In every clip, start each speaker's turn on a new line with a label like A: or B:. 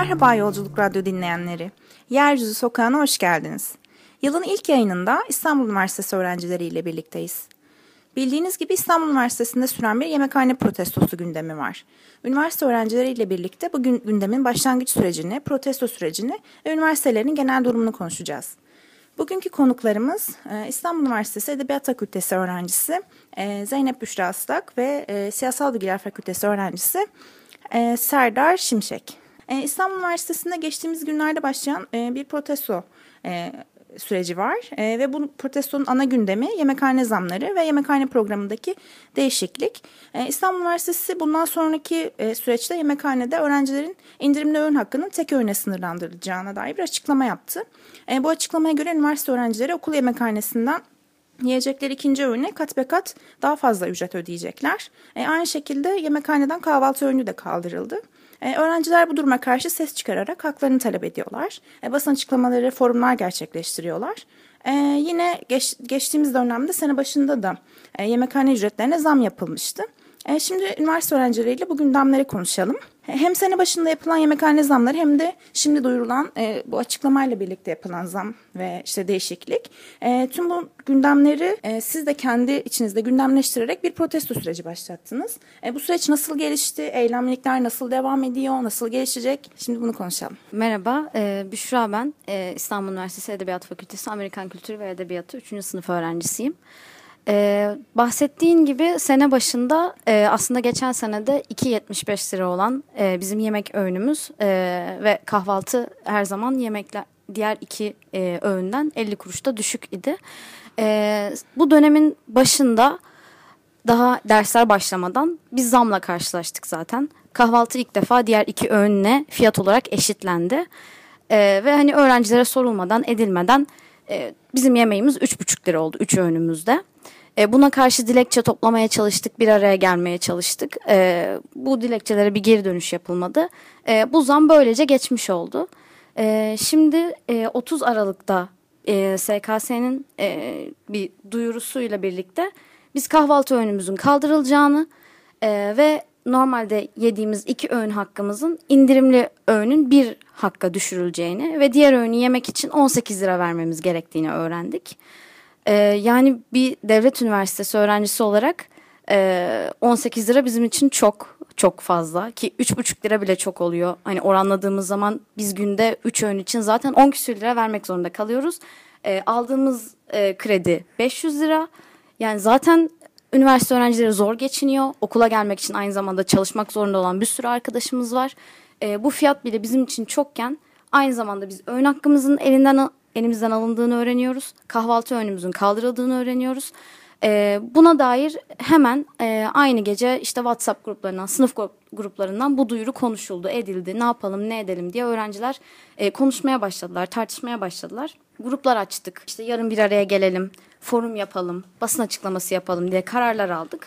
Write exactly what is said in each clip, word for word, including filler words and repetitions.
A: Merhaba Yolculuk Radyo dinleyenleri. Yeryüzü Sokağı'na hoş geldiniz. Yılın ilk yayınında İstanbul Üniversitesi öğrencileriyle birlikteyiz. Bildiğiniz gibi İstanbul Üniversitesi'nde süren bir yemekhane protestosu gündemi var. Üniversite öğrencileriyle birlikte bu gündemin başlangıç sürecini, protesto sürecini ve üniversitelerin genel durumunu konuşacağız. Bugünkü konuklarımız İstanbul Üniversitesi Edebiyat Fakültesi öğrencisi Zeynep Büşra Astak ve Siyasal Bilgiler Fakültesi öğrencisi Serdar Şimşek. İstanbul Üniversitesi'nde geçtiğimiz günlerde başlayan bir protesto süreci var ve bu protestonun ana gündemi yemekhane zamları ve yemekhane programındaki değişiklik. İstanbul Üniversitesi bundan sonraki süreçte yemekhanede öğrencilerin indirimli öğün hakkının tek öğüne sınırlandırılacağına dair bir açıklama yaptı. Bu açıklamaya göre üniversite öğrencileri okul yemekhanesinden yiyecekleri ikinci öğüne kat be kat daha fazla ücret ödeyecekler. Aynı şekilde yemekhaneden kahvaltı öğünü de kaldırıldı. Ee, öğrenciler bu duruma karşı ses çıkararak haklarını talep ediyorlar. Ee, basın açıklamaları, forumlar gerçekleştiriyorlar. Ee, yine geç, geçtiğimiz dönemde sene başında da e, yemekhane ücretlerine zam yapılmıştı. E, şimdi üniversite öğrencileriyle bu gündemleri konuşalım. Hem sene başında yapılan yemekhane zamları hem de şimdi duyurulan e, bu açıklamayla birlikte yapılan zam ve işte değişiklik. E, tüm bu gündemleri e, siz de kendi içinizde gündemleştirerek bir protesto süreci başlattınız. E, bu süreç nasıl gelişti? Eylemlilikler nasıl devam ediyor? Nasıl gelişecek? Şimdi bunu konuşalım.
B: Merhaba, e, Büşra ben. E, İstanbul Üniversitesi Edebiyat Fakültesi Amerikan Kültürü ve Edebiyatı üçüncü sınıf öğrencisiyim. Ee, bahsettiğin gibi sene başında e, aslında geçen senede iki yetmiş beş lira olan e, bizim yemek öğünümüz e, ve kahvaltı her zaman yemekler diğer iki e, öğünden elli kuruşta düşük idi. E, bu dönemin başında daha dersler başlamadan biz zamla karşılaştık zaten. Kahvaltı ilk defa diğer iki öğünle fiyat olarak eşitlendi. E, ve hani öğrencilere sorulmadan edilmeden e, bizim yemeğimiz üç buçuk lira oldu üç öğünümüzde. Buna karşı dilekçe toplamaya çalıştık, bir araya gelmeye çalıştık. E, bu dilekçelere bir geri dönüş yapılmadı. E, bu zam böylece geçmiş oldu. E, şimdi e, otuz Aralık'ta e, S K S'nin e, bir duyurusuyla birlikte biz kahvaltı öğünümüzün kaldırılacağını e, ve normalde yediğimiz iki öğün hakkımızın indirimli öğünün bir hakka düşürüleceğini ve diğer öğünü yemek için on sekiz lira vermemiz gerektiğini öğrendik. Ee, yani bir devlet üniversitesi öğrencisi olarak e, on sekiz lira bizim için çok çok fazla ki üç buçuk lira bile çok oluyor. Hani oranladığımız zaman biz günde üç öğün için zaten on küsür lira vermek zorunda kalıyoruz. E, aldığımız e, kredi beş yüz lira. Yani zaten üniversite öğrencileri zor geçiniyor. Okula gelmek için aynı zamanda çalışmak zorunda olan bir sürü arkadaşımız var. E, bu fiyat bile bizim için çokken aynı zamanda biz öğün hakkımızın elinden elimizden alındığını öğreniyoruz. Kahvaltı öğünümüzün kaldırıldığını öğreniyoruz. Ee, buna dair hemen e, aynı gece işte WhatsApp gruplarından, sınıf gruplarından bu duyuru konuşuldu, edildi. Ne yapalım, ne edelim diye öğrenciler e, konuşmaya başladılar, tartışmaya başladılar. Gruplar açtık. İşte yarın bir araya gelelim, forum yapalım, basın açıklaması yapalım diye kararlar aldık.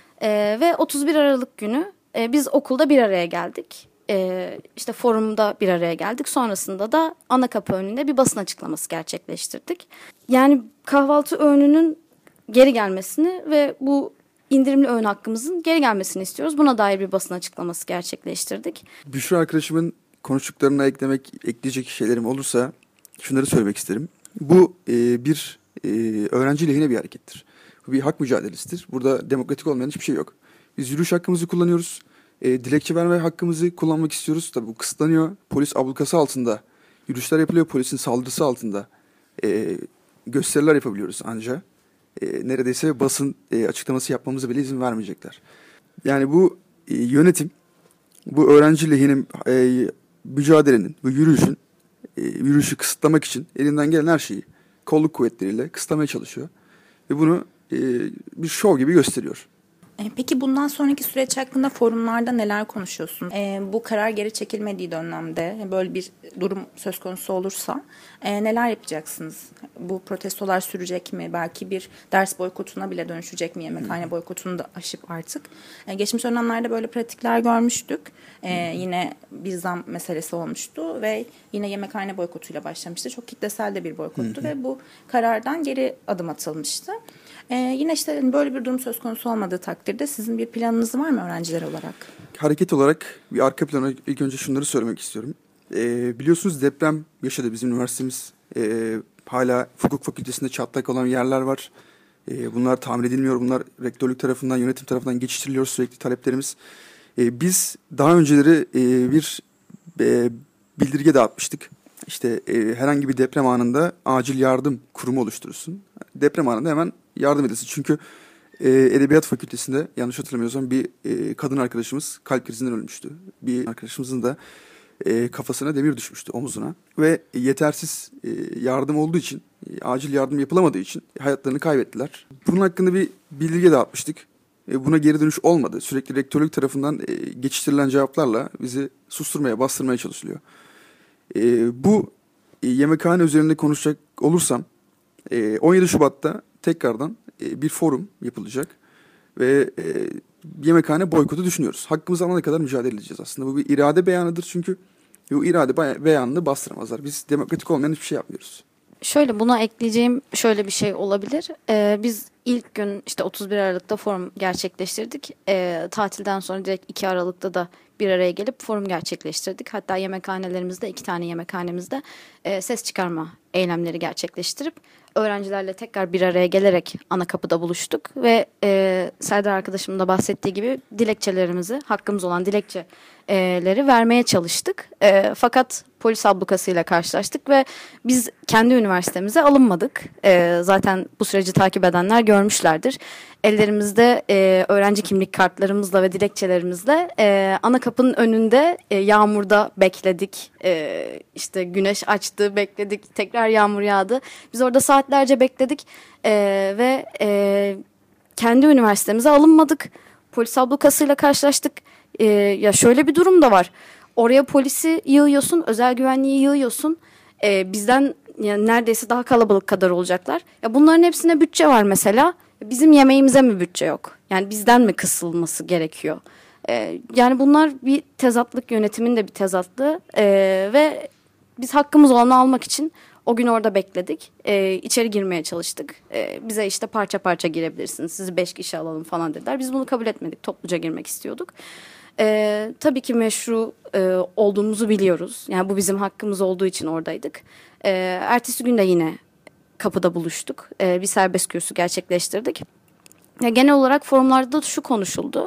B: E, ve otuz bir Aralık günü e, biz okulda bir araya geldik. Ee, işte forumda bir araya geldik. Sonrasında da ana kapı önünde bir basın açıklaması gerçekleştirdik. Yani kahvaltı öğününün geri gelmesini ve bu indirimli öğün hakkımızın geri gelmesini istiyoruz. Buna dair bir basın açıklaması gerçekleştirdik.
C: Büşra arkadaşımın konuştuklarına eklemek, ekleyecek şeylerim olursa şunları söylemek isterim. Bu e, bir e, öğrenci lehine bir harekettir. Bu bir hak mücadelesidir. Burada demokratik olmayan hiçbir şey yok. Biz yürüyüş hakkımızı kullanıyoruz. E, dilekçe verme hakkımızı kullanmak istiyoruz. Tabii bu kısıtlanıyor. Polis ablukası altında yürüyüşler yapılıyor. Polisin saldırısı altında e, gösteriler yapabiliyoruz ancak. E, neredeyse basın e, açıklaması yapmamıza bile izin vermeyecekler. Yani bu e, yönetim, bu öğrenci lehine e, mücadelenin, bu yürüyüşün, e, yürüyüşü kısıtlamak için elinden gelen her şeyi kolluk kuvvetleriyle kısıtlamaya çalışıyor. Ve bunu e, bir şov gibi gösteriyor.
A: Peki bundan sonraki süreç hakkında forumlarda neler konuşuyorsun? E, bu karar geri çekilmediği dönemde böyle bir durum söz konusu olursa e, neler yapacaksınız? Bu protestolar sürecek mi? Belki bir ders boykotuna bile dönüşecek mi? Yemekhane boykotunu da aşıp artık. E, geçmiş dönemlerde böyle pratikler görmüştük. E, yine bir zam meselesi olmuştu ve yine yemekhane boykotuyla başlamıştı. Çok kitlesel de bir boykottu ve bu karardan geri adım atılmıştı. Ee, yine işte böyle bir durum söz konusu olmadığı takdirde sizin bir planınız var mı öğrenciler olarak?
C: Hareket olarak bir arka plana ilk önce şunları söylemek istiyorum. E, biliyorsunuz deprem yaşadı bizim üniversitemiz. E, hala hukuk fakültesinde çatlak olan yerler var. E, bunlar tamir edilmiyor. Bunlar rektörlük tarafından, yönetim tarafından geçiştiriliyor sürekli taleplerimiz. E, biz daha önceleri e, bir e, bildirge dağıtmıştık. İşte e, herhangi bir deprem anında acil yardım kurumu oluşturursun. Deprem anında hemen yardım edilsin. Çünkü e, Edebiyat Fakültesinde yanlış hatırlamıyorsam bir e, kadın arkadaşımız kalp krizinden ölmüştü. Bir arkadaşımızın da e, kafasına demir düşmüştü, omuzuna. Ve yetersiz e, yardım olduğu için, e, acil yardım yapılamadığı için hayatlarını kaybettiler. Bunun hakkında bir bildirge dağıtmıştık. E, buna geri dönüş olmadı. Sürekli rektörlük tarafından e, geçiştirilen cevaplarla bizi susturmaya, bastırmaya çalışılıyor. E, bu e, yemekhane üzerinde konuşacak olursam e, on yedi Şubat'ta tekrardan e, bir forum yapılacak ve e, yemekhane boykotu düşünüyoruz. Hakkımızı alana kadar mücadele edeceğiz aslında. Bu bir irade beyanıdır çünkü bu irade beyanını bastıramazlar. Biz demokratik olmayan hiçbir şey yapmıyoruz.
B: Şöyle buna ekleyeceğim şöyle bir şey olabilir. Ee, biz ilk gün işte otuz bir Aralık'ta forum gerçekleştirdik. Ee, tatilden sonra direkt iki Aralık'ta da bir araya gelip forum gerçekleştirdik. Hatta yemekhanelerimizde, iki tane yemekhanemizde e, ses çıkarma eylemleri gerçekleştirip öğrencilerle tekrar bir araya gelerek ana kapıda buluştuk. Ve e, Serdar arkadaşımın da bahsettiği gibi dilekçelerimizi, hakkımız olan dilekçeleri vermeye çalıştık. E, fakat polis ablukasıyla karşılaştık ve biz kendi üniversitemize alınmadık. E, zaten bu süreci takip edenler görmüşlerdir. Ellerimizde e, öğrenci kimlik kartlarımızla ve dilekçelerimizle e, ana kapının önünde e, yağmurda bekledik. E, işte güneş açtı, bekledik. Tekrar yağmur yağdı. Biz orada saatlerce bekledik e, ve e, kendi üniversitemize alınmadık. Polis ablukasıyla karşılaştık. E, ya şöyle bir durum da var. Oraya polisi yığıyorsun, özel güvenliği yığıyorsun. E, bizden yani neredeyse daha kalabalık kadar olacaklar. Ya bunların hepsine bütçe var mesela. Bizim yemeğimize mi bütçe yok? Yani bizden mi kısılması gerekiyor? Ee, yani bunlar bir tezatlık, yönetimin de bir tezatlığı ee, ve biz hakkımız olanı almak için o gün orada bekledik. Ee, içeri girmeye çalıştık. Ee, bize işte parça parça girebilirsiniz, sizi beş kişi alalım falan dediler. Biz bunu kabul etmedik, topluca girmek istiyorduk. Ee, tabii ki meşru e, olduğumuzu biliyoruz. Yani bu bizim hakkımız olduğu için oradaydık. Ee, ertesi gün de yine kapıda buluştuk. Ee, bir serbest kürsü gerçekleştirdik. Ya genel olarak forumlarda da şu konuşuldu.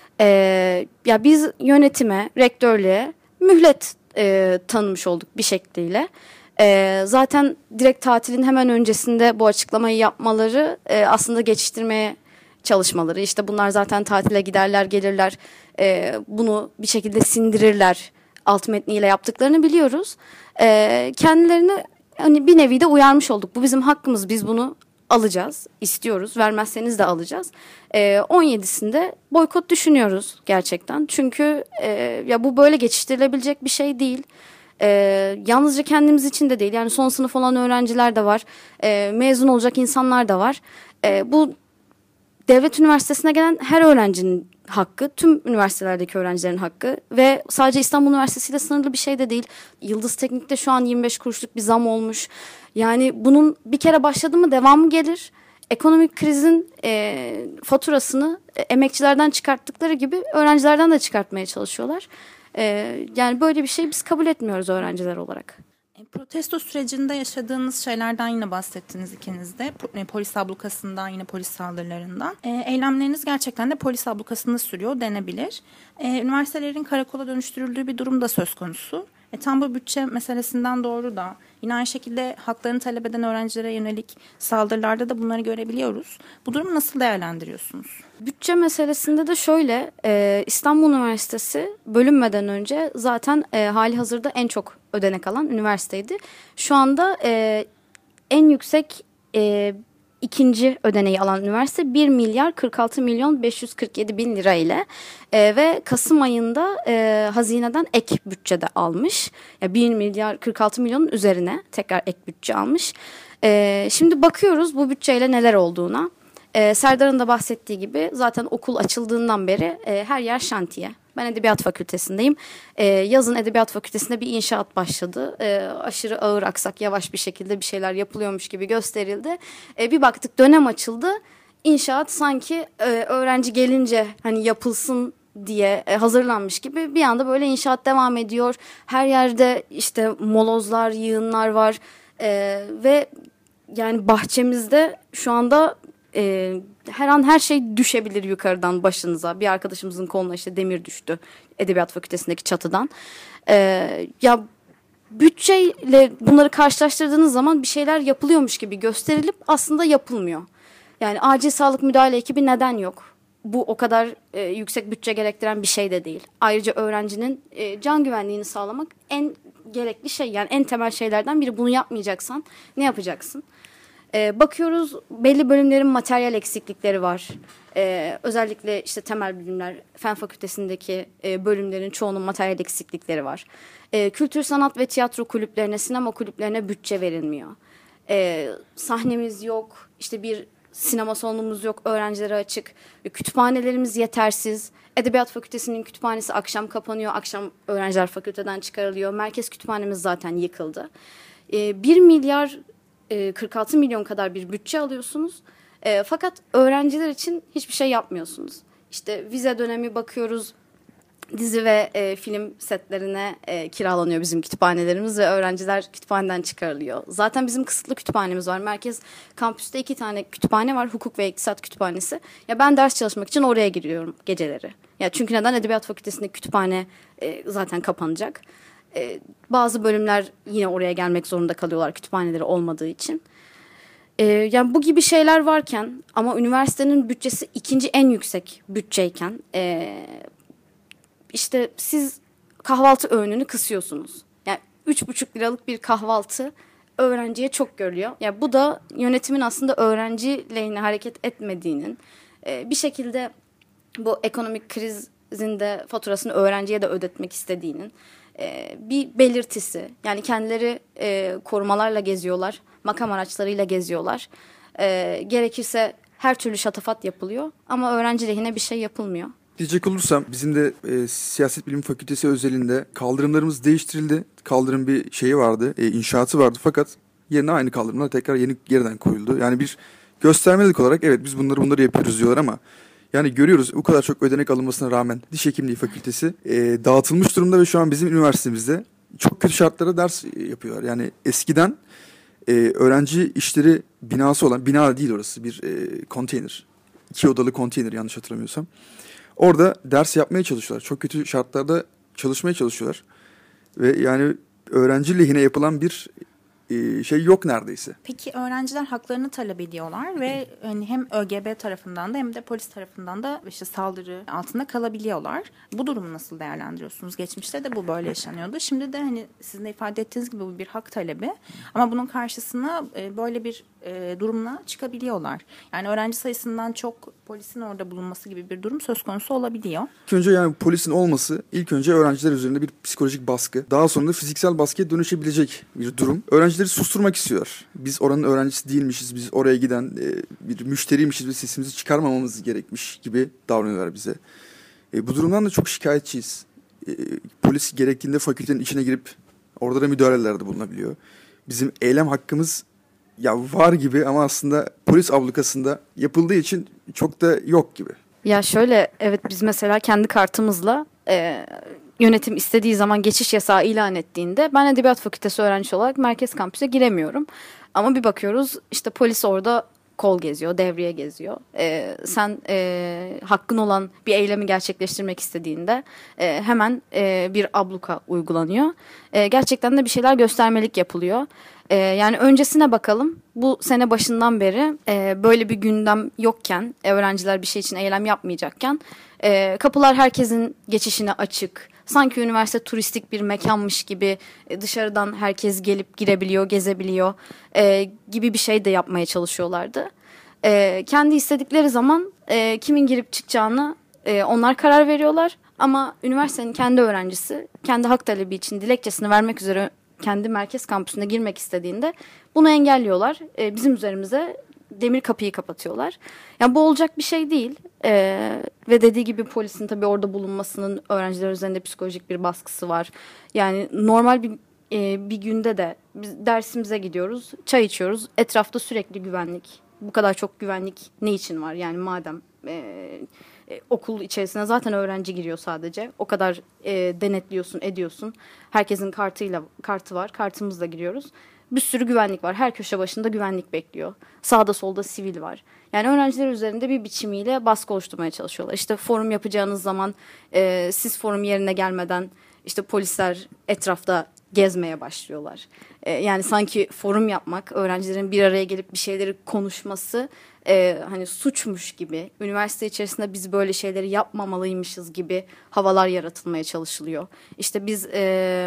B: Ee, ya biz yönetime, rektörlüğe mühlet e, tanımış olduk bir şekliyle. E, zaten direkt tatilin hemen öncesinde bu açıklamayı yapmaları e, aslında geçiştirmeye çalışmaları. İşte bunlar zaten tatile giderler, gelirler. E, bunu bir şekilde sindirirler. Alt metniyle yaptıklarını biliyoruz. E, kendilerini hani bir nevi de uyarmış olduk. Bu bizim hakkımız. Biz bunu alacağız, istiyoruz. Vermezseniz de alacağız. Ee, on yedisinde boykot düşünüyoruz gerçekten. Çünkü e, ya bu böyle geçiştirilebilecek bir şey değil. E, yalnızca kendimiz için de değil. Yani son sınıf olan öğrenciler de var. E, mezun olacak insanlar da var. E, bu devlet üniversitesine gelen her öğrencinin hakkı, tüm üniversitelerdeki öğrencilerin hakkı ve sadece İstanbul Üniversitesi ile sınırlı bir şey de değil. Yıldız Teknik'te şu an yirmi beş kuruşluk bir zam olmuş. Yani bunun bir kere başladı mı devamı gelir. Ekonomik krizin e, faturasını e, emekçilerden çıkarttıkları gibi öğrencilerden de çıkartmaya çalışıyorlar. E, yani böyle bir şey biz kabul etmiyoruz öğrenciler olarak.
A: Protesto sürecinde yaşadığınız şeylerden yine bahsettiniz ikiniz de. Polis ablukasından, yine polis saldırılarından. E, eylemleriniz gerçekten de polis ablukasında sürüyor denebilir. E, üniversitelerin karakola dönüştürüldüğü bir durum da söz konusu. E, tam bu bütçe meselesinden doğru da yine aynı şekilde haklarını talep eden öğrencilere yönelik saldırılarda da bunları görebiliyoruz. Bu durumu nasıl değerlendiriyorsunuz?
B: Bütçe meselesinde de şöyle, e, İstanbul Üniversitesi bölünmeden önce zaten e, hali hazırda en çok ödenek alan üniversiteydi. Şu anda e, en yüksek e, ikinci ödeneği alan üniversite bir milyar kırk altı milyon beş yüz kırk yedi bin lira ile e, ve Kasım ayında e, hazineden ek bütçede almış. Yani bir milyar kırk altı milyonun üzerine tekrar ek bütçe almış. E, şimdi bakıyoruz bu bütçeyle neler olduğuna. E, Serdar'ın da bahsettiği gibi zaten okul açıldığından beri e, her yer şantiye. Ben Edebiyat Fakültesindeyim. Ee, yazın Edebiyat Fakültesinde bir inşaat başladı. Ee, aşırı ağır aksak, yavaş bir şekilde bir şeyler yapılıyormuş gibi gösterildi. Ee, bir baktık dönem açıldı. İnşaat sanki e, öğrenci gelince hani yapılsın diye e, hazırlanmış gibi bir anda böyle inşaat devam ediyor. Her yerde işte molozlar, yığınlar var e, ve yani bahçemizde şu anda e, her an her şey düşebilir yukarıdan başınıza. Bir arkadaşımızın koluna işte demir düştü Edebiyat Fakültesindeki çatıdan. E, ya bütçeyle bunları karşılaştırdığınız zaman bir şeyler yapılıyormuş gibi gösterilip aslında yapılmıyor. Yani acil sağlık müdahale ekibi neden yok? Bu o kadar e, yüksek bütçe gerektiren bir şey de değil. Ayrıca öğrencinin e, can güvenliğini sağlamak en gerekli şey. Yani en temel şeylerden biri. Bunu yapmayacaksan ne yapacaksın? E, bakıyoruz belli bölümlerin materyal eksiklikleri var. E, özellikle işte temel bilimler, fen fakültesindeki e, bölümlerin çoğunun materyal eksiklikleri var. E, kültür, sanat ve tiyatro kulüplerine, sinema kulüplerine bütçe verilmiyor. E, sahnemiz yok, işte bir sinema salonumuz yok, öğrencilere açık. Kütüphanelerimiz yetersiz. Edebiyat Fakültesinin kütüphanesi akşam kapanıyor. Akşam öğrenciler fakülteden çıkarılıyor. Merkez kütüphanemiz zaten yıkıldı. E, bir milyar kırk altı milyon kadar bir bütçe alıyorsunuz. E, fakat öğrenciler için hiçbir şey yapmıyorsunuz. İşte vize dönemi bakıyoruz. Dizi ve e, film setlerine e, kiralanıyor bizim kütüphanelerimiz ve öğrenciler kütüphaneden çıkarılıyor. Zaten bizim kısıtlı kütüphanemiz var. Merkez kampüste iki tane kütüphane var. Hukuk ve İktisat Kütüphanesi. Ya ben ders çalışmak için oraya giriyorum geceleri. Ya çünkü neden? Edebiyat Fakültesindeki kütüphane e, zaten kapanacak. E, bazı bölümler yine oraya gelmek zorunda kalıyorlar kütüphaneleri olmadığı için. E, yani bu gibi şeyler varken ama üniversitenin bütçesi ikinci en yüksek bütçeyken e, işte siz kahvaltı öğününü kısıyorsunuz. Yani üç buçuk liralık bir kahvaltı öğrenciye çok görülüyor. Yani bu da yönetimin aslında öğrenci lehine hareket etmediğinin e, bir şekilde bu ekonomik krizin de faturasını öğrenciye de ödetmek istediğinin e, bir belirtisi. Yani kendileri e, korumalarla geziyorlar, makam araçlarıyla geziyorlar. E, gerekirse her türlü şatafat yapılıyor ama öğrenci lehine bir şey yapılmıyor.
C: Diyecek olursam bizim de e, Siyaset Bilim Fakültesi özelinde kaldırımlarımız değiştirildi. Kaldırım bir şeyi vardı, e, inşaatı vardı fakat yerine aynı kaldırımlar tekrar yeni yeniden koyuldu. Yani bir göstermelik olarak evet biz bunları bunları yapıyoruz diyorlar ama yani görüyoruz bu kadar çok ödenek alınmasına rağmen Diş Hekimliği Fakültesi e, dağıtılmış durumda ve şu an bizim üniversitemizde çok kötü şartlara ders yapıyorlar. Yani eskiden e, öğrenci işleri binası olan, bina değil orası bir e, konteyner, iki odalı konteyner yanlış hatırlamıyorsam. Orada ders yapmaya çalışıyorlar. Çok kötü şartlarda çalışmaya çalışıyorlar. Ve yani öğrenci lehine yapılan bir e, şey yok neredeyse.
A: Peki öğrenciler haklarını talep ediyorlar ve hani hem ÖGB tarafından da hem de polis tarafından da işte saldırı altında kalabiliyorlar. Bu durumu nasıl değerlendiriyorsunuz? Geçmişte de bu böyle yaşanıyordu. Şimdi de hani sizin de ifade ettiğiniz gibi bu bir hak talebi. Ama bunun karşısına e, böyle bir e, durumla çıkabiliyorlar. Yani öğrenci sayısından çok polisin orada bulunması gibi bir durum söz konusu olabiliyor.
C: İlk önce yani polisin olması ilk önce öğrenciler üzerinde bir psikolojik baskı. Daha sonra da fiziksel baskıya dönüşebilecek bir durum. Öğrencileri susturmak istiyor. Biz oranın öğrencisi değilmişiz. Biz oraya giden e, bir müşteriymişiz ve sesimizi çıkarmamamız gerekmiş gibi davranıyorlar bize. E, bu durumdan da çok şikayetçiyiz. E, polis gerektiğinde fakültenin içine girip orada da müdahalelerde bulunabiliyor. Bizim eylem hakkımız ya var gibi ama aslında polis ablukasında yapıldığı için çok da yok gibi.
B: Ya şöyle evet biz mesela kendi kartımızla e, yönetim istediği zaman geçiş yasağı ilan ettiğinde ben Edebiyat Fakültesi öğrencisi olarak merkez kampüse giremiyorum. Ama bir bakıyoruz işte polis orada kol geziyor, devriye geziyor. E, sen e, hakkın olan bir eylemi gerçekleştirmek istediğinde e, hemen e, bir abluka uygulanıyor. E, gerçekten de bir şeyler göstermelik yapılıyor. Ee, yani öncesine bakalım. Bu sene başından beri e, böyle bir gündem yokken, e, öğrenciler bir şey için eylem yapmayacakken e, kapılar herkesin geçişine açık. Sanki üniversite turistik bir mekanmış gibi e, dışarıdan herkes gelip girebiliyor, gezebiliyor e, gibi bir şey de yapmaya çalışıyorlardı. E, kendi istedikleri zaman e, kimin girip çıkacağını e, onlar karar veriyorlar. Ama üniversitenin kendi öğrencisi kendi hak talebi için dilekçesini vermek üzere kendi merkez kampüsüne girmek istediğinde bunu engelliyorlar. Ee, bizim üzerimize demir kapıyı kapatıyorlar. Yani bu olacak bir şey değil. Ee, ve dediği gibi polisin tabii orada bulunmasının öğrenciler üzerinde psikolojik bir baskısı var. Yani normal bir e, bir günde de biz dersimize gidiyoruz, çay içiyoruz. Etrafta sürekli güvenlik. Bu kadar çok güvenlik ne için var? Yani madem e, e, okul içerisine zaten öğrenci giriyor sadece. O kadar e, denetliyorsun, ediyorsun. Herkesin kartıyla kartı var. Kartımızla giriyoruz. Bir sürü güvenlik var. Her köşe başında güvenlik bekliyor. Sağda solda sivil var. Yani öğrenciler üzerinde bir biçimiyle baskı oluşturmaya çalışıyorlar. İşte forum yapacağınız zaman e, siz forum yerine gelmeden işte polisler etrafta gezmeye başlıyorlar. E, yani sanki forum yapmak, öğrencilerin bir araya gelip bir şeyleri konuşması e, hani suçmuş gibi, üniversite içerisinde biz böyle şeyleri yapmamalıymışız gibi havalar yaratılmaya çalışılıyor. İşte biz e,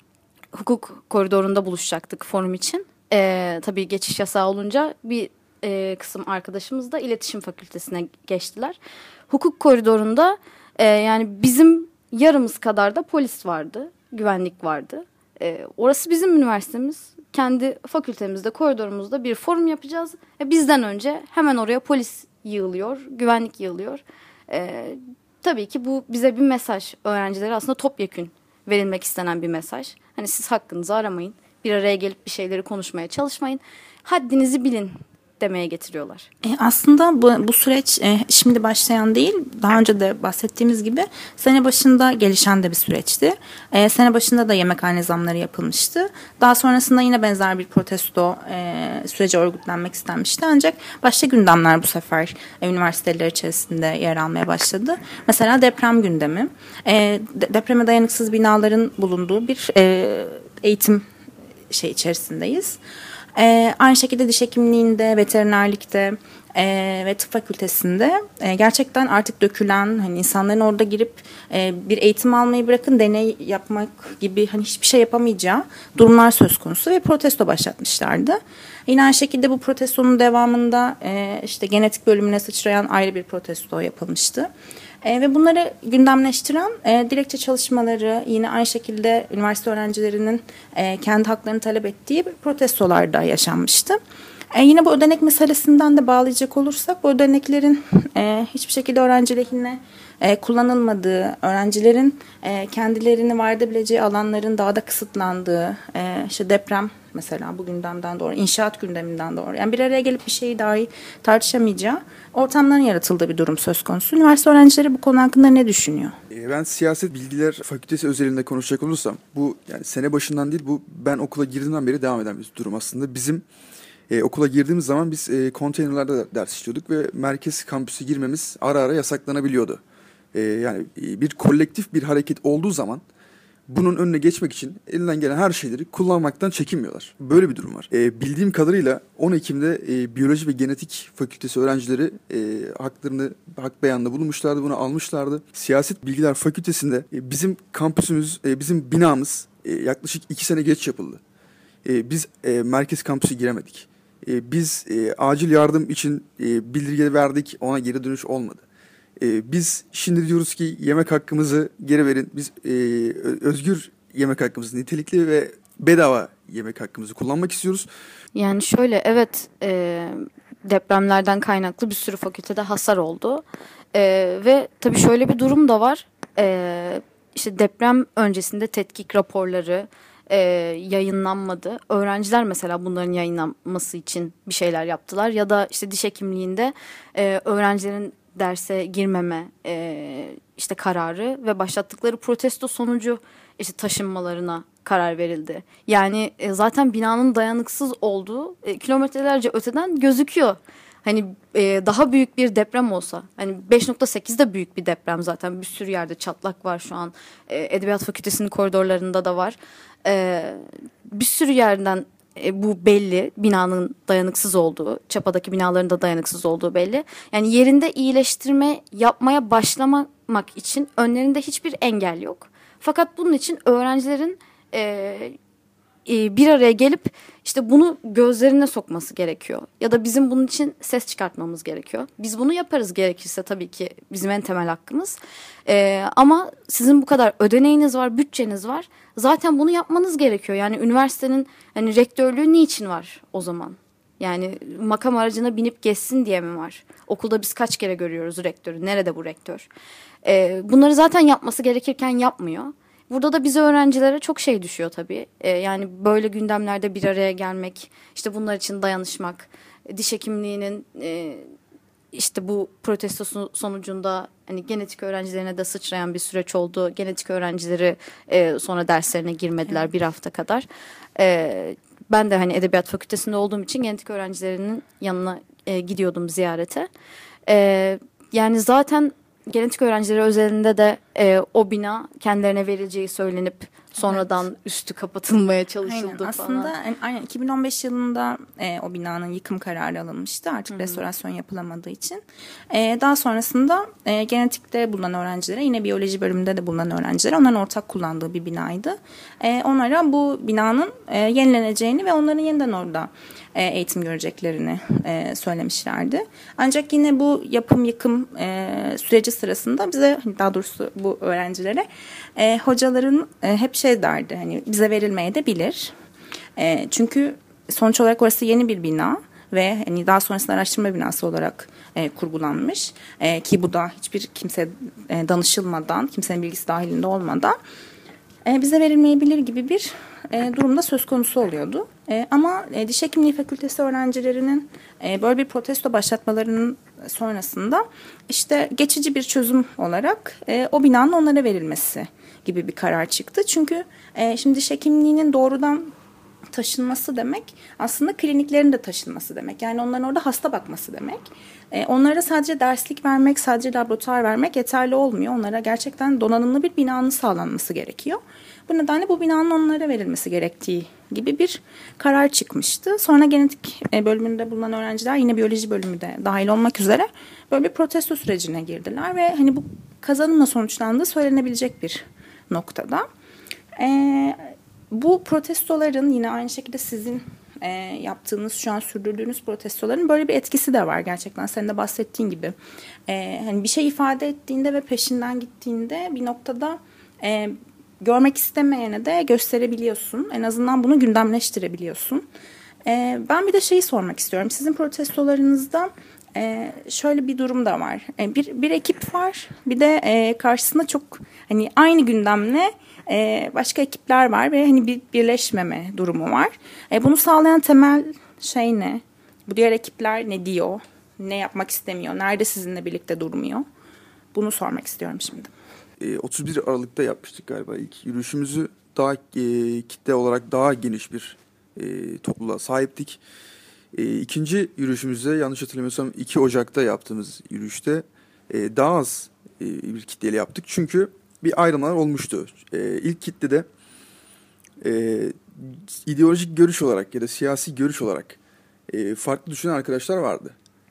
B: hukuk koridorunda buluşacaktık forum için. E, tabii geçiş yasağı olunca bir e, kısım arkadaşımız da iletişim fakültesine geçtiler. Hukuk koridorunda e, yani bizim yarımız kadar da polis vardı, güvenlik vardı. E, orası bizim üniversitemiz. Kendi fakültemizde, koridorumuzda bir forum yapacağız. E, bizden önce hemen oraya polis yığılıyor, güvenlik yığılıyor. E, tabii ki bu bize bir mesaj. Öğrencilere aslında topyekün verilmek istenen bir mesaj. Hani siz hakkınızı aramayın. Bir araya gelip bir şeyleri konuşmaya çalışmayın. Haddinizi bilin demeye getiriyorlar.
A: E, aslında bu, bu süreç e, şimdi başlayan değil, daha önce de bahsettiğimiz gibi sene başında gelişen de bir süreçti. E, sene başında da yemekhane zamları yapılmıştı. Daha sonrasında yine benzer bir protesto e, süreci örgütlenmek istenmişti. Ancak başka gündemler bu sefer e, üniversiteler içerisinde yer almaya başladı. Mesela deprem gündemi. E, de, depreme dayanıksız binaların bulunduğu bir e, eğitim şey içerisindeyiz. Ee, aynı şekilde diş hekimliğinde, veterinerlikte e, ve tıp fakültesinde e, gerçekten artık dökülen, hani insanların orada girip e, bir eğitim almayı bırakın, deney yapmak gibi hani hiçbir şey yapamayacağı durumlar söz konusu ve protesto başlatmışlardı. Yine aynı şekilde bu protestonun devamında e, işte genetik bölümüne sıçrayan ayrı bir protesto yapılmıştı. E, ve bunları gündemleştiren e, dilekçe çalışmaları, yine aynı şekilde üniversite öğrencilerinin e, kendi haklarını talep ettiği protestolar da yaşanmıştı. E, yine bu ödenek meselesinden de bağlayacak olursak, bu ödeneklerin e, hiçbir şekilde öğrenci lehine e, kullanılmadığı, öğrencilerin e, kendilerini var edebileceği alanların daha da kısıtlandığı, e, işte deprem mesela bu gündemden doğru, inşaat gündeminden doğru. Yani bir araya gelip bir şeyi dahi tartışamayacağı ortamların yaratıldığı bir durum söz konusu. Üniversite öğrencileri bu konu hakkında ne düşünüyor?
C: Ben siyaset bilgiler fakültesi özelinde konuşacak olursam, bu yani sene başından değil, bu ben okula girdiğimden beri devam eden bir durum aslında. Bizim e, okula girdiğimiz zaman biz e, konteynerlarda ders işliyorduk ve merkez kampüsü girmemiz ara ara yasaklanabiliyordu. E, yani e, bir kolektif bir hareket olduğu zaman bunun önüne geçmek için elinden gelen her şeyleri kullanmaktan çekinmiyorlar. Böyle bir durum var. E, bildiğim kadarıyla on Ekim'de e, Biyoloji ve Genetik Fakültesi öğrencileri e, haklarını, hak beyanında bulunmuşlardı, bunu almışlardı. Siyaset Bilgiler Fakültesi'nde e, bizim kampüsümüz, e, bizim binamız e, yaklaşık iki sene geç yapıldı. E, biz e, merkez kampüsü giremedik. E, biz e, acil yardım için e, bildirge verdik, ona geri dönüş olmadı. Ee, biz şimdi diyoruz ki yemek hakkımızı geri verin. Biz e, özgür yemek hakkımızı, nitelikli ve bedava yemek hakkımızı kullanmak istiyoruz.
B: Yani şöyle, evet, e, depremlerden kaynaklı bir sürü fakültede hasar oldu. E, ve tabii şöyle bir durum da var. E, işte deprem öncesinde tetkik raporları e, yayınlanmadı. Öğrenciler mesela bunların yayınlanması için bir şeyler yaptılar. Ya da işte diş hekimliğinde e, öğrencilerin derse girmeme e, işte kararı ve başlattıkları protesto sonucu işte taşınmalarına karar verildi. Yani e, zaten binanın dayanıksız olduğu e, kilometrelerce öteden gözüküyor. Hani e, daha büyük bir deprem olsa, hani beş nokta sekiz de büyük bir deprem zaten, bir sürü yerde çatlak var şu an. E, Edebiyat Fakültesinin koridorlarında da var. E, bir sürü yerden E, bu belli, binanın dayanıksız olduğu, Çapa'daki binaların da dayanıksız olduğu belli. Yani yerinde iyileştirme yapmaya başlamak için önlerinde hiçbir engel yok. Fakat bunun için öğrencilerin e, e, bir araya gelip işte bunu gözlerine sokması gerekiyor. Ya da bizim bunun için ses çıkartmamız gerekiyor. Biz bunu yaparız gerekirse, tabii ki bizim en temel hakkımız. E, ama sizin bu kadar ödeneğiniz var, bütçeniz var. Zaten bunu yapmanız gerekiyor. Yani üniversitenin hani rektörlüğü niçin var o zaman? Yani makam aracına binip geçsin diye mi var? Okulda biz kaç kere görüyoruz rektörü? Nerede bu rektör? Ee, bunları zaten yapması gerekirken yapmıyor. Burada da bize öğrencilere çok şey düşüyor tabii. Ee, yani böyle gündemlerde bir araya gelmek, işte bunlar için dayanışmak, diş hekimliğinin e, işte bu protesto sonucunda hani genetik öğrencilerine de sıçrayan bir süreç oldu. Genetik öğrencileri e, sonra derslerine girmediler evet. bir hafta kadar. E, ben de hani Edebiyat Fakültesinde olduğum için genetik öğrencilerinin yanına e, gidiyordum ziyarete. E, yani zaten genetik öğrencileri özelinde de e, o bina kendilerine verileceği söylenip sonradan evet. üstü kapatılmaya çalışıldı
A: aynen.
B: falan.
A: Aslında aynen iki bin on beş yılında e, o binanın yıkım kararı alınmıştı. Artık Hı-hı. restorasyon yapılamadığı için. E, daha sonrasında e, genetikte bulunan öğrencilere, yine biyoloji bölümünde de bulunan öğrencilere onların ortak kullandığı bir binaydı. E, onlara bu binanın e, yenileneceğini ve onların yeniden orada e, eğitim göreceklerini e, söylemişlerdi. Ancak yine bu yapım yıkım e, süreci sırasında bize, daha doğrusu bu öğrencilere e, hocaların e, hep şey derdi, hani bize verilmeye de bilir. E, çünkü sonuç olarak orası yeni bir bina ve hani daha sonrasında araştırma binası olarak e, kurgulanmış. E, ki bu da hiçbir kimse e, danışılmadan, kimsenin bilgisi dahilinde olmadan e, bize verilmeyebilir gibi bir e, durumda söz konusu oluyordu. E, ama e, Diş Hekimliği Fakültesi öğrencilerinin e, böyle bir protesto başlatmalarının sonrasında işte geçici bir çözüm olarak e, o binanın onlara verilmesi gibi bir karar çıktı. Çünkü e, şimdi diş hekimliğinin doğrudan taşınması demek aslında kliniklerin de taşınması demek. Yani onların orada hasta bakması demek. E, onlara sadece derslik vermek, sadece laboratuvar vermek yeterli olmuyor. Onlara gerçekten donanımlı bir binanın sağlanması gerekiyor. Bu nedenle bu binanın onlara verilmesi gerektiği gibi bir karar çıkmıştı. Sonra genetik bölümünde bulunan öğrenciler, yine biyoloji bölümü de dahil olmak üzere böyle bir protesto sürecine girdiler ve hani bu kazanımla sonuçlandığı söylenebilecek bir noktada. Ee, bu protestoların yine aynı şekilde sizin e, yaptığınız, şu an sürdürdüğünüz protestoların böyle bir etkisi de var gerçekten. Senin de bahsettiğin gibi. Ee, hani bir şey ifade ettiğinde ve peşinden gittiğinde bir noktada e, görmek istemeyene de gösterebiliyorsun. En azından bunu gündemleştirebiliyorsun. Ee, ben bir de şeyi sormak istiyorum. Sizin protestolarınızda e, şöyle bir durum da var. E, bir, bir ekip var. Bir de e, karşısında çok hani aynı gündemle e, başka ekipler var ve hani bir birleşmeme durumu var. E, bunu sağlayan temel şey ne? Bu diğer ekipler ne diyor? Ne yapmak istemiyor? Nerede sizinle birlikte durmuyor? Bunu sormak istiyorum şimdi.
C: otuz bir Aralık'ta yapmıştık galiba ilk yürüyüşümüzü. Daha e, kitle olarak daha geniş bir e, topluluğa sahiptik. E, ikinci yürüyüşümüzde, yanlış hatırlamıyorsam iki Ocak'ta yaptığımız yürüyüşte e, daha az e, bir kitleyle yaptık. Çünkü bir ayrımlar olmuştu. E, ilk kitlede e, ideolojik görüş olarak ya da siyasi görüş olarak e, farklı düşünen arkadaşlar vardı.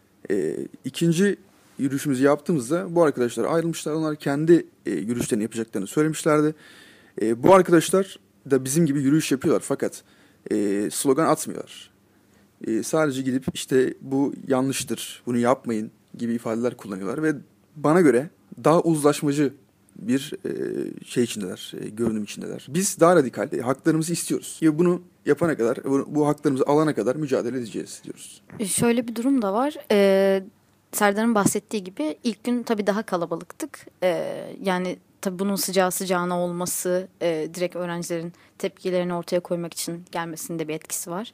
C: E, ikinci yürüyüşümüzü yaptığımızda bu arkadaşlar ayrılmışlar. Onlar kendi e, yürüyüşlerini yapacaklarını söylemişlerdi. E, bu arkadaşlar da bizim gibi yürüyüş yapıyorlar fakat e, slogan atmıyorlar. E, sadece gidip işte bu yanlıştır, bunu yapmayın gibi ifadeler kullanıyorlar ve bana göre daha uzlaşmacı bir e, şey içindeler, e, görünüm içindeler. Biz daha radikal, e, haklarımızı istiyoruz. Ve bunu yapana kadar, bu, bu haklarımızı alana kadar mücadele edeceğiz diyoruz.
B: Şöyle bir durum da var. Ee, Serdar'ın bahsettiği gibi ilk gün tabii daha kalabalıktık. Ee, yani tabii bunun sıcağı sıcağına olması, e, direkt öğrencilerin tepkilerini ortaya koymak için gelmesinde bir etkisi var.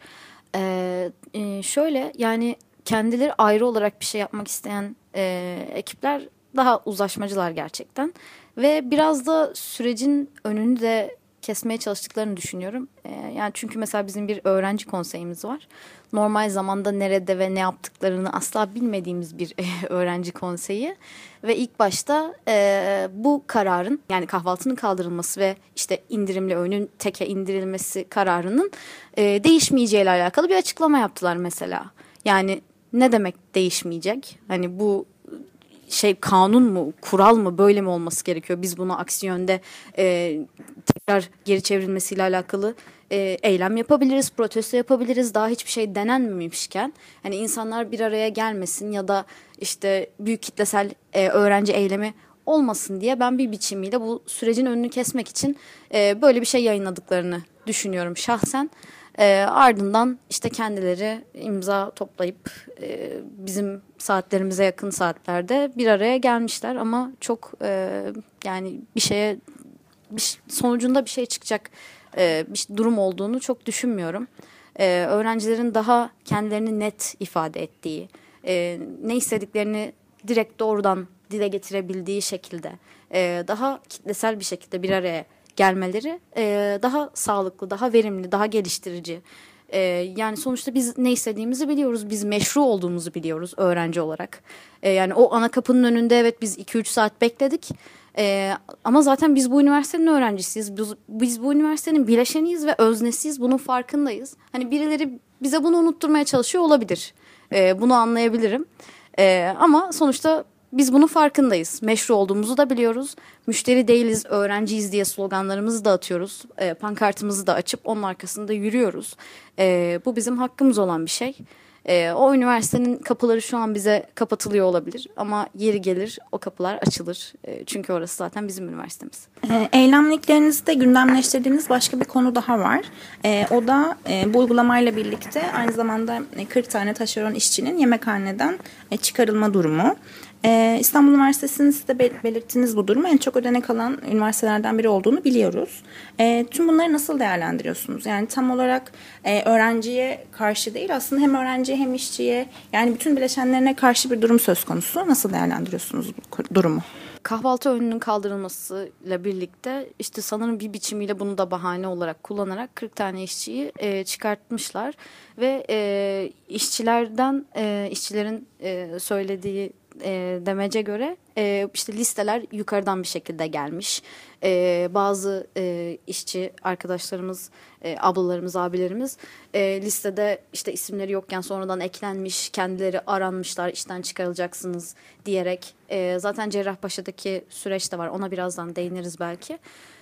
B: Ee, e, şöyle yani kendileri ayrı olarak bir şey yapmak isteyen e, ekipler daha uzlaşmacılar gerçekten. Ve biraz da sürecin önünü de kesmeye çalıştıklarını düşünüyorum. Ee, yani çünkü mesela bizim bir öğrenci konseyimiz var. Normal zamanda nerede ve ne yaptıklarını asla bilmediğimiz bir öğrenci konseyi. Ve ilk başta e, bu kararın, yani kahvaltının kaldırılması ve işte indirimli öğünün teke indirilmesi kararının e, değişmeyeceğiyle alakalı bir açıklama yaptılar mesela. Yani ne demek değişmeyecek? Hani bu şey kanun mu, kural mı, böyle mi olması gerekiyor? Biz bunu aksi yönde e, tekrar geri çevrilmesiyle alakalı e, eylem yapabiliriz, protesto yapabiliriz. Daha hiçbir şey denenmemişken hani insanlar bir araya gelmesin ya da işte büyük kitlesel e, öğrenci eylemi olmasın diye ben bir biçimiyle bu sürecin önünü kesmek için e, böyle bir şey yayınladıklarını düşünüyorum şahsen. E, ardından işte kendileri imza toplayıp e, bizim saatlerimize yakın saatlerde bir araya gelmişler ama çok e, yani bir şeye bir, sonucunda bir şey çıkacak e, bir durum olduğunu çok düşünmüyorum. E, öğrencilerin daha kendilerini net ifade ettiği, e, ne istediklerini direkt doğrudan dile getirebildiği şekilde e, daha kitlesel bir şekilde bir araya gelmeleri e, daha sağlıklı, daha verimli, daha geliştirici. E, yani sonuçta biz ne istediğimizi biliyoruz, biz meşru olduğumuzu biliyoruz öğrenci olarak. E, yani o ana kapının önünde evet biz iki üç saat bekledik. Ee, ama zaten biz bu üniversitenin öğrencisiyiz. Biz, biz bu üniversitenin bileşeniyiz ve öznesiyiz. Bunun farkındayız. Hani birileri bize bunu unutturmaya çalışıyor olabilir. Ee, bunu anlayabilirim. Ee, ama sonuçta biz bunun farkındayız. Meşru olduğumuzu da biliyoruz. Müşteri değiliz, öğrenciyiz diye sloganlarımızı da atıyoruz. Ee, pankartımızı da açıp onun arkasında yürüyoruz. Ee, bu bizim hakkımız olan bir şey. Ee, o üniversitenin kapıları şu an bize kapatılıyor olabilir ama yeri gelir o kapılar açılır. Ee, çünkü orası zaten bizim üniversitemiz.
A: E, eylemliklerinizde gündemleştirdiğiniz başka bir konu daha var. E, o da e, bu uygulamayla birlikte aynı zamanda kırk tane taşeron işçinin yemekhaneden e, çıkarılma durumu. Ee, İstanbul Üniversitesi'nin size belirttiğiniz bu durumu en çok ödenek alan üniversitelerden biri olduğunu biliyoruz. Ee, tüm bunları nasıl değerlendiriyorsunuz? Yani tam olarak e, öğrenciye karşı değil aslında hem öğrenciye hem işçiye yani bütün bileşenlerine karşı bir durum söz konusu. Nasıl değerlendiriyorsunuz bu durumu?
B: Kahvaltı öğününün kaldırılmasıyla birlikte işte sanırım bir biçimiyle bunu da bahane olarak kullanarak kırk tane işçiyi e, çıkartmışlar. Ve e, işçilerden e, işçilerin e, söylediği E, demece göre e, işte listeler yukarıdan bir şekilde gelmiş. E, bazı e, işçi arkadaşlarımız, e, ablalarımız, abilerimiz e, listede işte isimleri yokken sonradan eklenmiş, kendileri aranmışlar, işten çıkarılacaksınız diyerek. E, zaten Cerrahpaşa'daki süreç de var, ona birazdan değiniriz belki.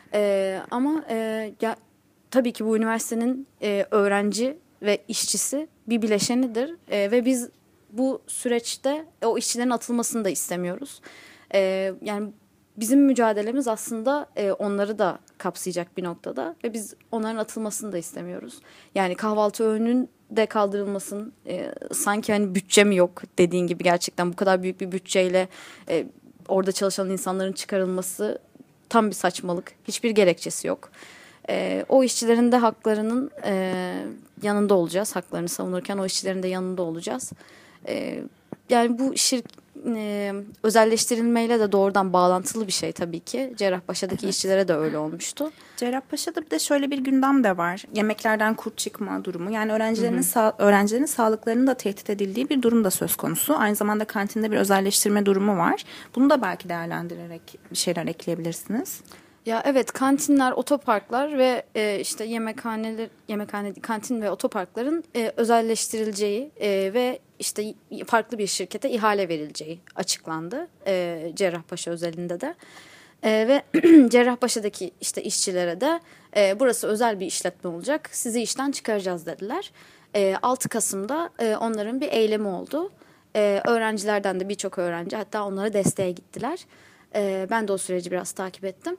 B: E, ama e, ya tabii ki bu üniversitenin e, öğrenci ve işçisi bir bileşenidir e, ve biz bu süreçte o işçilerin atılmasını da istemiyoruz. Ee, yani bizim mücadelemiz aslında e, onları da kapsayacak bir noktada ve biz onların atılmasını da istemiyoruz. Yani kahvaltı öğünün de kaldırılmasın. E, sanki hani bütçe mi yok dediğin gibi gerçekten bu kadar büyük bir bütçeyle e, orada çalışan insanların çıkarılması tam bir saçmalık. Hiçbir gerekçesi yok. E, o işçilerin de haklarının e, yanında olacağız. Haklarını savunurken o işçilerin de yanında olacağız. Ee, yani bu şirk e, özelleştirilmeyle de doğrudan bağlantılı bir şey tabii ki. Cerrahpaşa'daki evet. işçilere de öyle olmuştu.
A: Cerrahpaşa'da bir de şöyle bir gündem de var. Yemeklerden kurt çıkma durumu. Yani öğrencilerin sa- öğrencilerin sağlıklarının da tehdit edildiği bir durum da söz konusu. Aynı zamanda kantinde bir özelleştirme durumu var. Bunu da belki değerlendirerek bir şeyler ekleyebilirsiniz.
B: Ya evet, kantinler, otoparklar ve e, işte yemekhaneler, yemekhane, kantin ve otoparkların e, özelleştirileceği e, ve işte farklı bir şirkete ihale verileceği açıklandı e, Cerrahpaşa özelinde de. E, ve Cerrahpaşa'daki işte işçilere de e, burası özel bir işletme olacak, sizi işten çıkaracağız dediler. E, altı Kasım'da e, onların bir eylemi oldu. E, öğrencilerden de birçok öğrenci hatta onlara desteğe gittiler. E, ben de o süreci biraz takip ettim.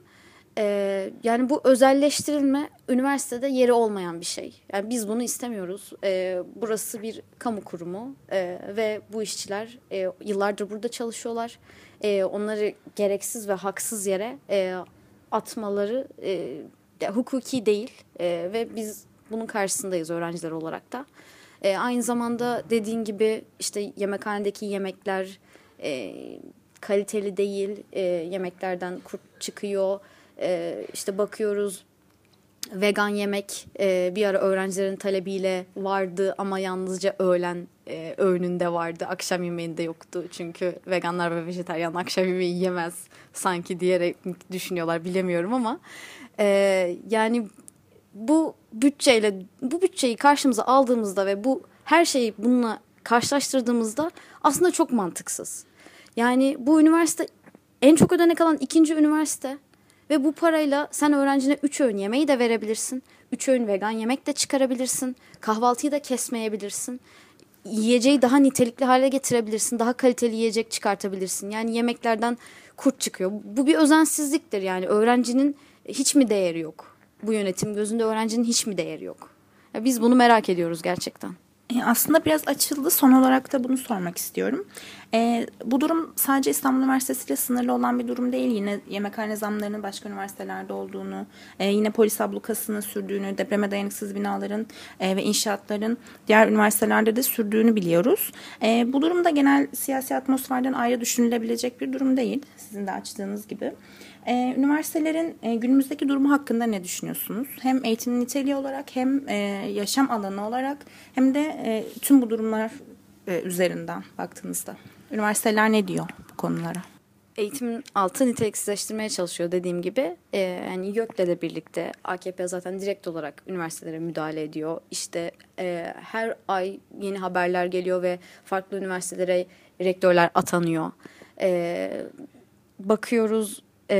B: Ee, yani bu özelleştirilme üniversitede yeri olmayan bir şey. Yani biz bunu istemiyoruz. Ee, burası bir kamu kurumu ee, ve bu işçiler e, yıllardır burada çalışıyorlar. Ee, onları gereksiz ve haksız yere e, atmaları e, hukuki değil e, ve biz bunun karşısındayız öğrenciler olarak da. E, aynı zamanda dediğin gibi işte yemekhanedeki yemekler e, kaliteli değil, e, yemeklerden kurt çıkıyor. Ee, işte bakıyoruz vegan yemek e, bir ara öğrencilerin talebiyle vardı ama yalnızca öğlen e, öğününde vardı. Akşam yemeğinde yoktu. Çünkü veganlar ve vejetaryen akşam yemeği yemez sanki diyerek düşünüyorlar, bilemiyorum ama e, yani bu bütçeyle bu bütçeyi karşımıza aldığımızda ve bu her şeyi bununla karşılaştırdığımızda aslında çok mantıksız. Yani bu üniversite en çok ödenek alan ikinci üniversite. Ve bu parayla sen öğrencine üç öğün yemeği de verebilirsin. üç öğün vegan yemek de çıkarabilirsin. Kahvaltıyı da kesmeyebilirsin. Yiyeceği daha nitelikli hale getirebilirsin. Daha kaliteli yiyecek çıkartabilirsin. Yani yemeklerden kurt çıkıyor. Bu bir özensizliktir. Yani öğrencinin hiç mi değeri yok? Bu yönetim gözünde öğrencinin hiç mi değeri yok? Ya biz bunu merak ediyoruz gerçekten.
A: Aslında biraz açıldı. Son olarak da bunu sormak istiyorum. E, bu durum sadece İstanbul Üniversitesi ile sınırlı olan bir durum değil. Yine yemekhane zamlarının başka üniversitelerde olduğunu, e, yine polis ablukasının sürdüğünü, depreme dayanıksız binaların e, ve inşaatların diğer üniversitelerde de sürdüğünü biliyoruz. E, bu durumda genel siyasi atmosferden ayrı düşünülebilecek bir durum değil. Sizin de açtığınız gibi. Ee, üniversitelerin e, günümüzdeki durumu hakkında ne düşünüyorsunuz? Hem eğitim niteliği olarak hem e, yaşam alanı olarak hem de e, tüm bu durumlar e, üzerinden baktığınızda. Üniversiteler ne diyor bu konulara?
B: Eğitimin altı niteliksizleştirmeye çalışıyor dediğim gibi. Ee, yani YÖK'le de birlikte A K P zaten direkt olarak üniversitelere müdahale ediyor. İşte e, her ay yeni haberler geliyor ve farklı üniversitelere rektörler atanıyor. Ee, bakıyoruz e,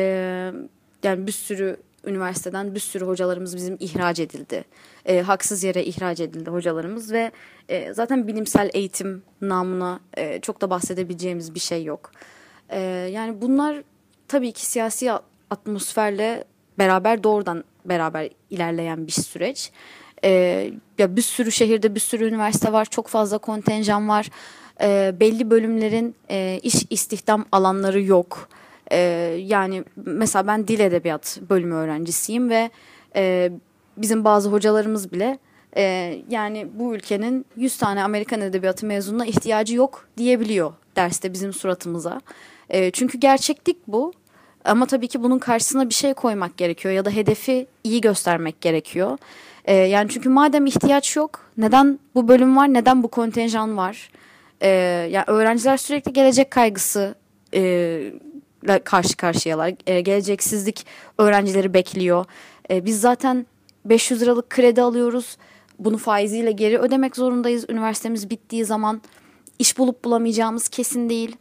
B: yani bir sürü üniversiteden bir sürü hocalarımız bizim ihraç edildi. E, haksız yere ihraç edildi hocalarımız ve e, zaten bilimsel eğitim namına e, çok da bahsedebileceğimiz bir şey yok. Ee, yani bunlar tabii ki siyasi atmosferle beraber doğrudan beraber ilerleyen bir süreç. Ee, ya bir sürü şehirde bir sürü üniversite var, çok fazla kontenjan var. Ee, belli bölümlerin e, iş istihdam alanları yok. Ee, yani mesela ben dil edebiyat bölümü öğrencisiyim ve e, bizim bazı hocalarımız bile e, yani bu ülkenin yüz tane Amerikan edebiyatı mezununa ihtiyacı yok diyebiliyor derste bizim suratımıza. E, çünkü gerçeklik bu. Ama tabii ki bunun karşısına bir şey koymak gerekiyor ya da hedefi iyi göstermek gerekiyor. E, yani çünkü madem ihtiyaç yok, neden bu bölüm var, neden bu kontenjan var? E, yani öğrenciler sürekli gelecek kaygısı e, ile karşı karşıyalar. E, geleceksizlik öğrencileri bekliyor. E, biz zaten beş yüz liralık kredi alıyoruz. Bunu faiziyle geri ödemek zorundayız. Üniversitemiz bittiği zaman iş bulup bulamayacağımız kesin değil.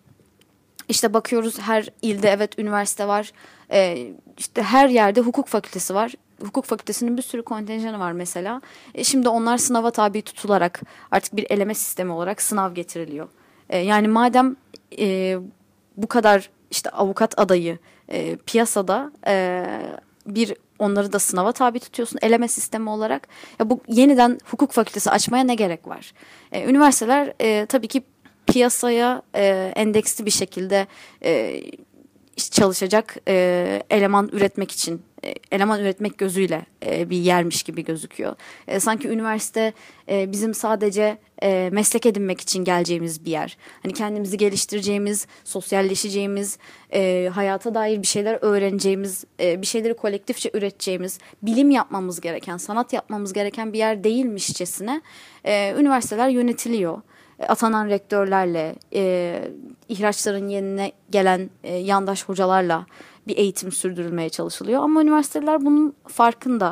B: İşte bakıyoruz her ilde evet üniversite var. Ee, işte her yerde hukuk fakültesi var. Hukuk fakültesinin bir sürü kontenjanı var mesela. E şimdi onlar sınava tabi tutularak artık bir eleme sistemi olarak sınav getiriliyor. E, yani madem e, bu kadar işte avukat adayı e, piyasada e, bir onları da sınava tabi tutuyorsun eleme sistemi olarak. Ya bu yeniden hukuk fakültesi açmaya ne gerek var? E, üniversiteler e, tabii ki piyasaya e, endeksli bir şekilde e, çalışacak e, eleman üretmek için, e, eleman üretmek gözüyle e, bir yermiş gibi gözüküyor. E, sanki üniversite e, bizim sadece e, meslek edinmek için geleceğimiz bir yer. Hani kendimizi geliştireceğimiz, sosyalleşeceğimiz, e, hayata dair bir şeyler öğreneceğimiz, e, bir şeyleri kolektifçe üreteceğimiz, bilim yapmamız gereken, sanat yapmamız gereken bir yer değilmişçesine e, üniversiteler yönetiliyor. Atanan rektörlerle, e, ihraçların yerine gelen e, yandaş hocalarla bir eğitim sürdürülmeye çalışılıyor. Ama üniversiteler bunun farkında.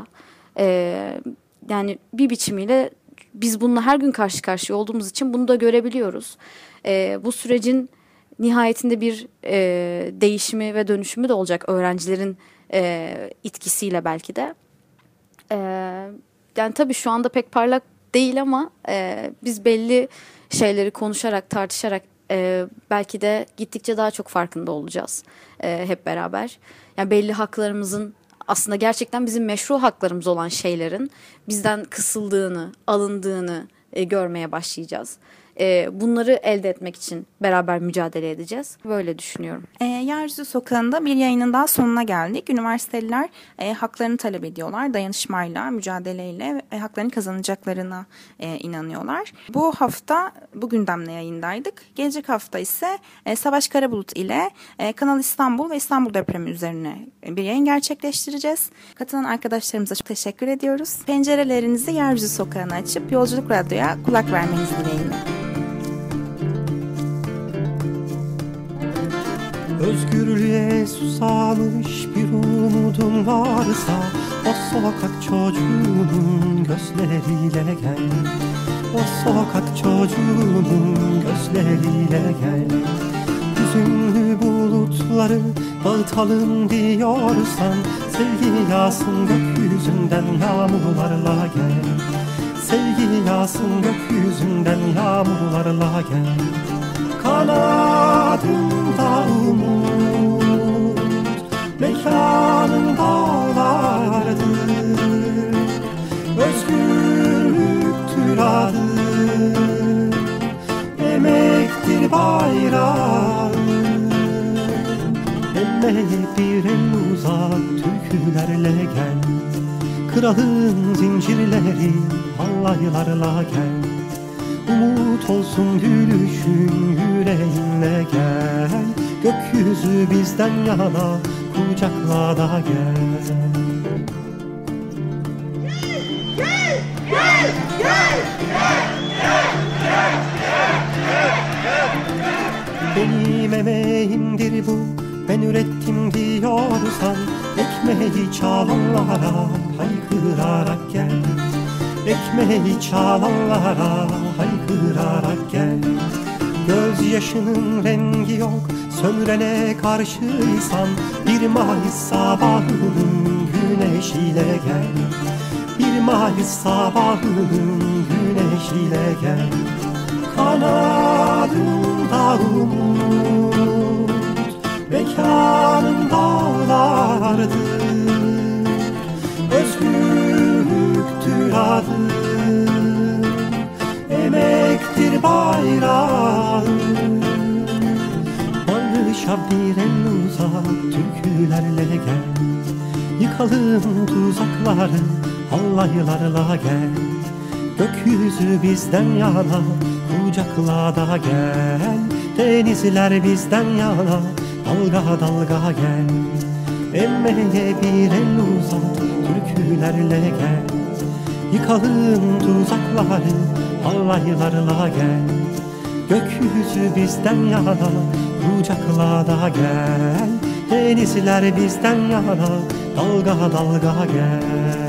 B: E, yani bir biçimiyle biz bununla her gün karşı karşıya olduğumuz için bunu da görebiliyoruz. E, bu sürecin nihayetinde bir e, değişimi ve dönüşümü de olacak öğrencilerin e, itkisiyle belki de. E, yani tabii şu anda pek parlak değil ama e, biz belli şeyleri konuşarak, tartışarak e, belki de gittikçe daha çok farkında olacağız e, hep beraber. Yani belli haklarımızın aslında gerçekten bizim meşru haklarımız olan şeylerin bizden kısıldığını, alındığını e, görmeye başlayacağız. E, bunları elde etmek için beraber mücadele edeceğiz. Böyle düşünüyorum.
A: E, Yeryüzü Sokağı'nda bir yayının daha sonuna geldik. Üniversiteliler e, haklarını talep ediyorlar. Dayanışmayla, mücadeleyle e, haklarını kazanacaklarına e, inanıyorlar. Bu hafta bu gündemle yayındaydık. Gelecek hafta ise e, Savaş Karabulut ile e, Kanal İstanbul ve İstanbul depremi üzerine bir yayın gerçekleştireceğiz. Katılan arkadaşlarımıza çok teşekkür ediyoruz. Pencerelerinizi Yeryüzü Sokağı'na açıp Yolculuk Radyo'ya kulak vermenizi dileğiyle.
D: Özgürlüğe susamış bir umudun varsa o sokak çocuğunun gözleriyle gel. O sokak çocuğunun gözleriyle gel. Hüzünlü bulutları dağıtalım diyorsan sevgi yağsın gökyüzünden yağmurlarla gel. Sevgi yağsın gökyüzünden yağmurlarla gel. Kanadında umut, mekanın dağlardır. Özgürlüktür adı, emektir bayrağı. emmeye bir el uzat, türkülerle gel. Kıralım zincirleri, halaylarla gel. Umut olsun gülüşün, yüreğinle gel. Gökyüzü bizden yana, kucakla da gel. Gel, gel, gel, gel, gel, gel, gel, gel, gel. Benim emeğimdir bu, ben ürettim diyorsan, ekmeği çalanlara haykırarak gel. Ekmeği çalanlara haykırarak gel. Gözyaşının rengi yok, sömürene karşıysan, bir Mayıs sabahının güneşiyle gel. Bir Mayıs sabahının güneşiyle gel. Kanadında umut, mekanın dağlardır. Özgürlüktür adı, emektir bayrağı. Barışa bir el uzat, türkülerle gel. Yıkalım tuzakları, halaylarla gel. Gökyüzü bizden yana, kucakla da gel. Denizler bizden yana, dalga dalga gel. Emmeye bir el uzat, türkülerle gel. Yıkalım tuzakları, halaylarla gel. Gökyüzü bizden yana, kucakla da gel. Denizler bizden yana, dalga dalga gel.